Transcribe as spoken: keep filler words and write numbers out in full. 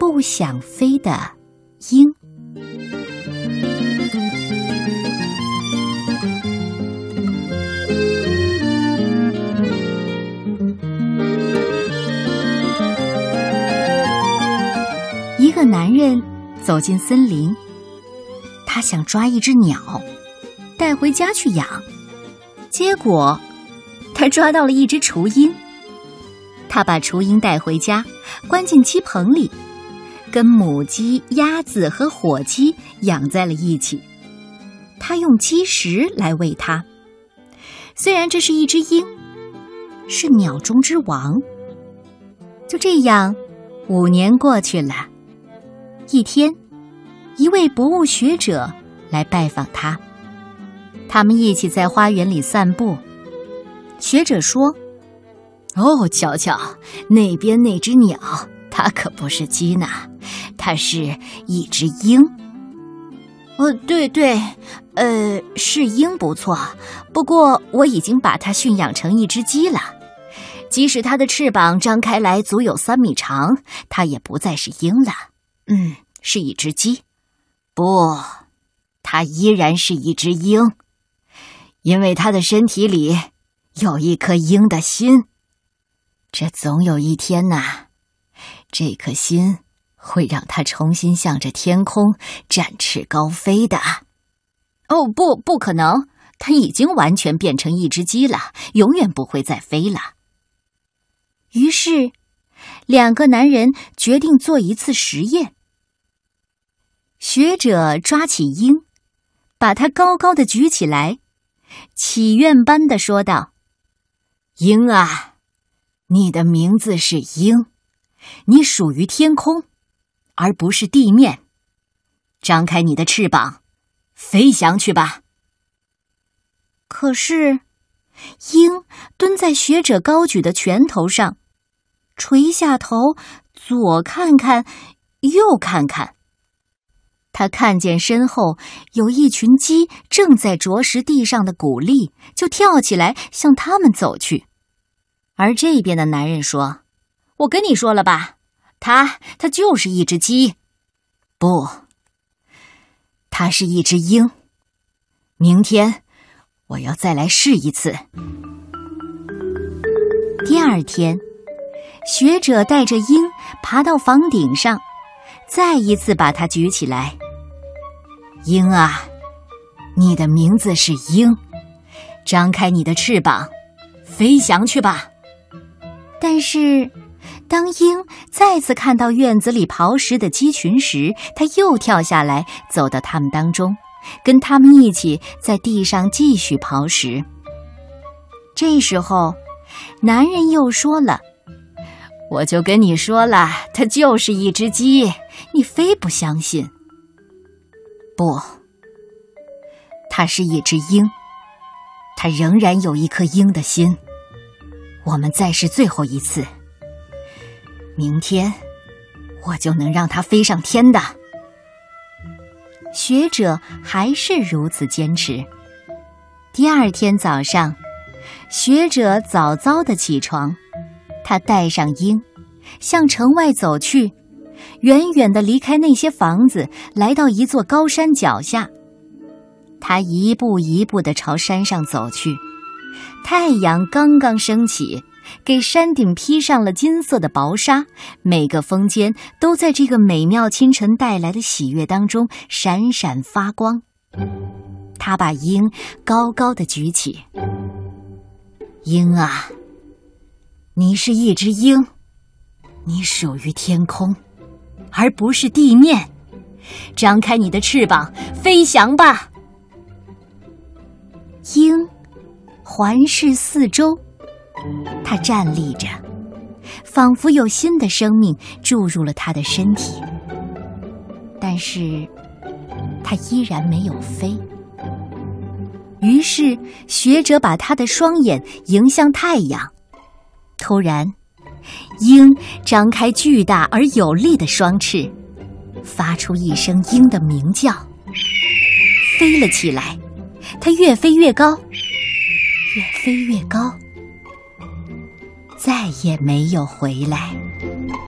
不想飞的鹰。一个男人走进森林，他想抓一只鸟，带回家去养。结果，他抓到了一只雏鹰。他把雏鹰带回家，关进鸡棚里，跟母鸡、鸭子和火鸡养在了一起。他用鸡食来喂它。虽然这是一只鹰，是鸟中之王。就这样，五年过去了。一天，一位博物学者来拜访他，他们一起在花园里散步。学者说：“哦，瞧瞧，那边那只鸟，它可不是鸡呢，它是一只鹰。”“哦，对对，呃，是鹰不错，不过我已经把它驯养成一只鸡了。即使它的翅膀张开来足有三米长，它也不再是鹰了。嗯，是一只鸡。不，它依然是一只鹰，因为它的身体里有一颗鹰的心。这总有一天呐，这颗心会让它重新向着天空展翅高飞的。哦，不，不可能，它已经完全变成一只鸡了，永远不会再飞了。”于是，两个男人决定做一次实验。学者抓起鹰，把它高高的举起来，祈愿般的说道：“鹰啊，你的名字是鹰，你属于天空，而不是地面。张开你的翅膀，飞翔去吧。”可是，鹰蹲在学者高举的拳头上，垂下头，左看看，右看看。他看见身后有一群鸡正在啄食地上的谷粒，就跳起来向他们走去。而这边的男人说：“我跟你说了吧，它它就是一只鸡。不，它是一只鹰。明天我要再来试一次。”第二天，学者带着鹰爬到房顶上，再一次把它举起来。“鹰啊，你的名字是鹰，张开你的翅膀，飞翔去吧。”但是，当鹰再次看到院子里刨食的鸡群时，它又跳下来，走到它们当中，跟它们一起在地上继续刨食。这时候，男人又说了：“我就跟你说了，它就是一只鸡，你非不相信。”“不，它是一只鹰，它仍然有一颗鹰的心。我们再试最后一次，明天我就能让它飞上天的。”学者还是如此坚持。第二天早上，学者早早地起床，他带上鹰，向城外走去，远远地离开那些房子，来到一座高山脚下。他一步一步地朝山上走去，太阳刚刚升起，给山顶披上了金色的薄纱，每个峰尖都在这个美妙清晨带来的喜悦当中闪闪发光。他把鹰高高地举起。“鹰啊，你是一只鹰，你属于天空，而不是地面。张开你的翅膀，飞翔吧。”鹰环视四周，它站立着，仿佛有新的生命注入了它的身体。但是，它依然没有飞。于是，学者把他的双眼迎向太阳。突然，鹰张开巨大而有力的双翅，发出一声鹰的鸣叫，飞了起来。它越飞越高，越飞越高，再也没有回来。